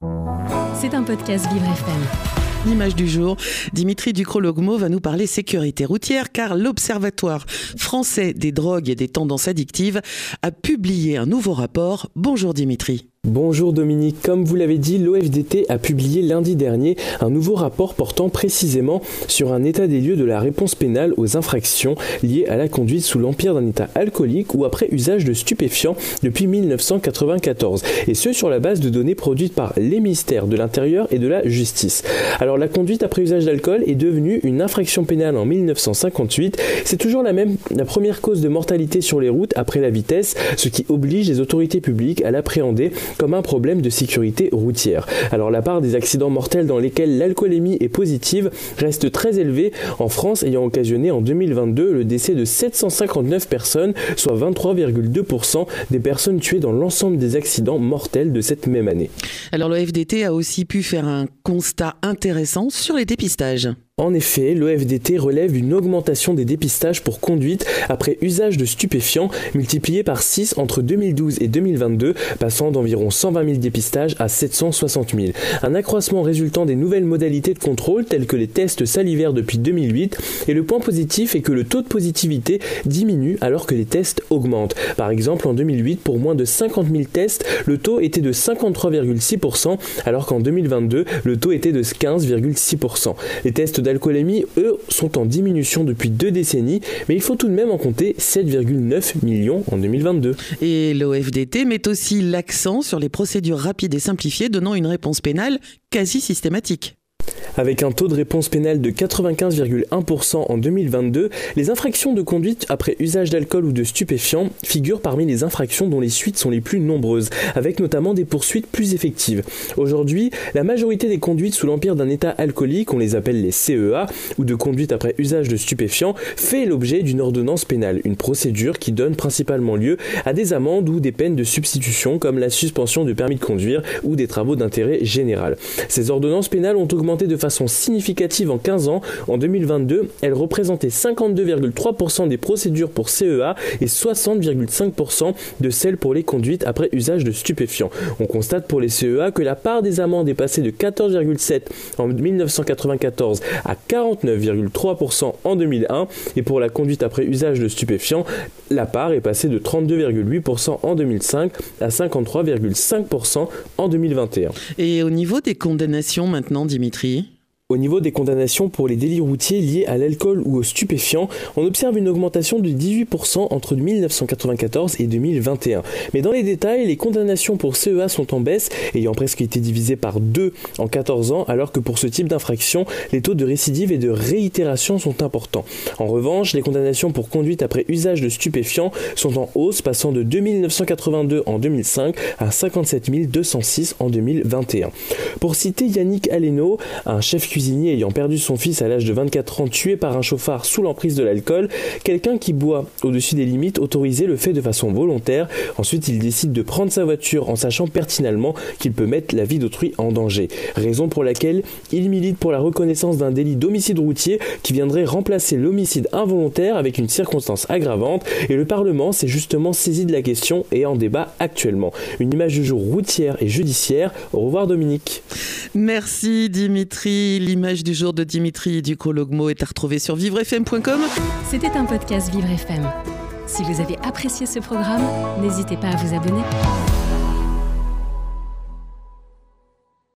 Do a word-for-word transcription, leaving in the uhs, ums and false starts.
C'est un podcast Vivre F M. L'image du jour, Dimitri Ducrot-Logmo va nous parler sécurité routière car l'Observatoire français des drogues et des tendances addictives a publié un nouveau rapport. Bonjour Dimitri. Bonjour Dominique, comme vous l'avez dit, l'O F D T a publié lundi dernier un nouveau rapport portant précisément sur un état des lieux de la réponse pénale aux infractions liées à la conduite sous l'empire d'un état alcoolique ou après usage de stupéfiants depuis dix-neuf cent quatre-vingt-quatorze, et ce sur la base de données produites par les ministères de l'Intérieur et de la Justice. Alors la conduite après usage d'alcool est devenue une infraction pénale en dix-neuf cent cinquante-huit, c'est toujours la même, la première cause de mortalité sur les routes après la vitesse, ce qui oblige les autorités publiques à l'appréhender comme un problème de sécurité routière. Alors la part des accidents mortels dans lesquels l'alcoolémie est positive reste très élevée en France, ayant occasionné en deux mille vingt-deux le décès de sept cent cinquante-neuf personnes, soit vingt-trois virgule deux pour cent des personnes tuées dans l'ensemble des accidents mortels de cette même année. Alors l'O F D T a aussi pu faire un constat intéressant sur les dépistages. En effet, l'O F D T relève une augmentation des dépistages pour conduite après usage de stupéfiants multiplié par six entre deux mille douze et deux mille vingt-deux, passant d'environ cent vingt mille dépistages à sept cent soixante mille. Un accroissement résultant des nouvelles modalités de contrôle telles que les tests salivaires depuis deux mille huit, et le point positif est que le taux de positivité diminue alors que les tests augmentent. Par exemple, en deux mille huit, pour moins de cinquante mille tests, le taux était de cinquante-trois virgule six pour cent alors qu'en deux mille vingt-deux, le taux était de quinze virgule six pour cent. Les tests d'alcoolémie, eux, sont en diminution depuis deux décennies, mais il faut tout de même en compter sept virgule neuf millions en deux mille vingt-deux. Et l'O F D T met aussi l'accent sur les procédures rapides et simplifiées, donnant une réponse pénale quasi systématique. Avec un taux de réponse pénale de quatre-vingt-quinze virgule un pour cent en deux mille vingt-deux, les infractions de conduite après usage d'alcool ou de stupéfiants figurent parmi les infractions dont les suites sont les plus nombreuses, avec notamment des poursuites plus effectives. Aujourd'hui, la majorité des conduites sous l'empire d'un état alcoolique, on les appelle les C E A, ou de conduite après usage de stupéfiants, fait l'objet d'une ordonnance pénale, une procédure qui donne principalement lieu à des amendes ou des peines de substitution comme la suspension du permis de conduire ou des travaux d'intérêt général. Ces ordonnances pénales ont augmenté de façon significative en quinze ans. En deux mille vingt-deux, elles représentaient cinquante-deux virgule trois pour cent des procédures pour C E A et soixante virgule cinq pour cent de celles pour les conduites après usage de stupéfiants. On constate pour les C E A que la part des amendes est passée de quatorze virgule sept pour cent en dix-neuf cent quatre-vingt-quatorze à quarante-neuf virgule trois pour cent en deux mille un, et pour la conduite après usage de stupéfiants, la part est passée de trente-deux virgule huit pour cent en deux mille cinq à cinquante-trois virgule cinq pour cent en deux mille vingt et un. Et au niveau des condamnations maintenant, Dimitri ? Au niveau des condamnations pour les délits routiers liés à l'alcool ou aux stupéfiants, on observe une augmentation de dix-huit pour cent entre dix-neuf cent quatre-vingt-quatorze et deux mille vingt et un. Mais dans les détails, les condamnations pour C E A sont en baisse, ayant presque été divisées par deux en quatorze ans, alors que pour ce type d'infraction, les taux de récidive et de réitération sont importants. En revanche, les condamnations pour conduite après usage de stupéfiants sont en hausse, passant de deux mille neuf cent quatre-vingt-deux en deux mille cinq à cinquante-sept mille deux cent six en deux mille vingt et un. Pour citer Yannick Aleno, un chef cuisinier ayant perdu son fils à l'âge de vingt-quatre ans tué par un chauffard sous l'emprise de l'alcool, quelqu'un qui boit au-dessus des limites autorisées le fait de façon volontaire. Ensuite, il décide de prendre sa voiture en sachant pertinemment qu'il peut mettre la vie d'autrui en danger. Raison pour laquelle il milite pour la reconnaissance d'un délit d'homicide routier qui viendrait remplacer l'homicide involontaire avec une circonstance aggravante, et le Parlement s'est justement saisi de la question et en débat actuellement. Une image du jour routière et judiciaire. Au revoir Dominique. Merci Dimitri. L'image du jour de Dimitri Ducrot-Logmo est à retrouver sur vivre f m point com. C'était un podcast Vivre F M. Si vous avez apprécié ce programme, n'hésitez pas à vous abonner.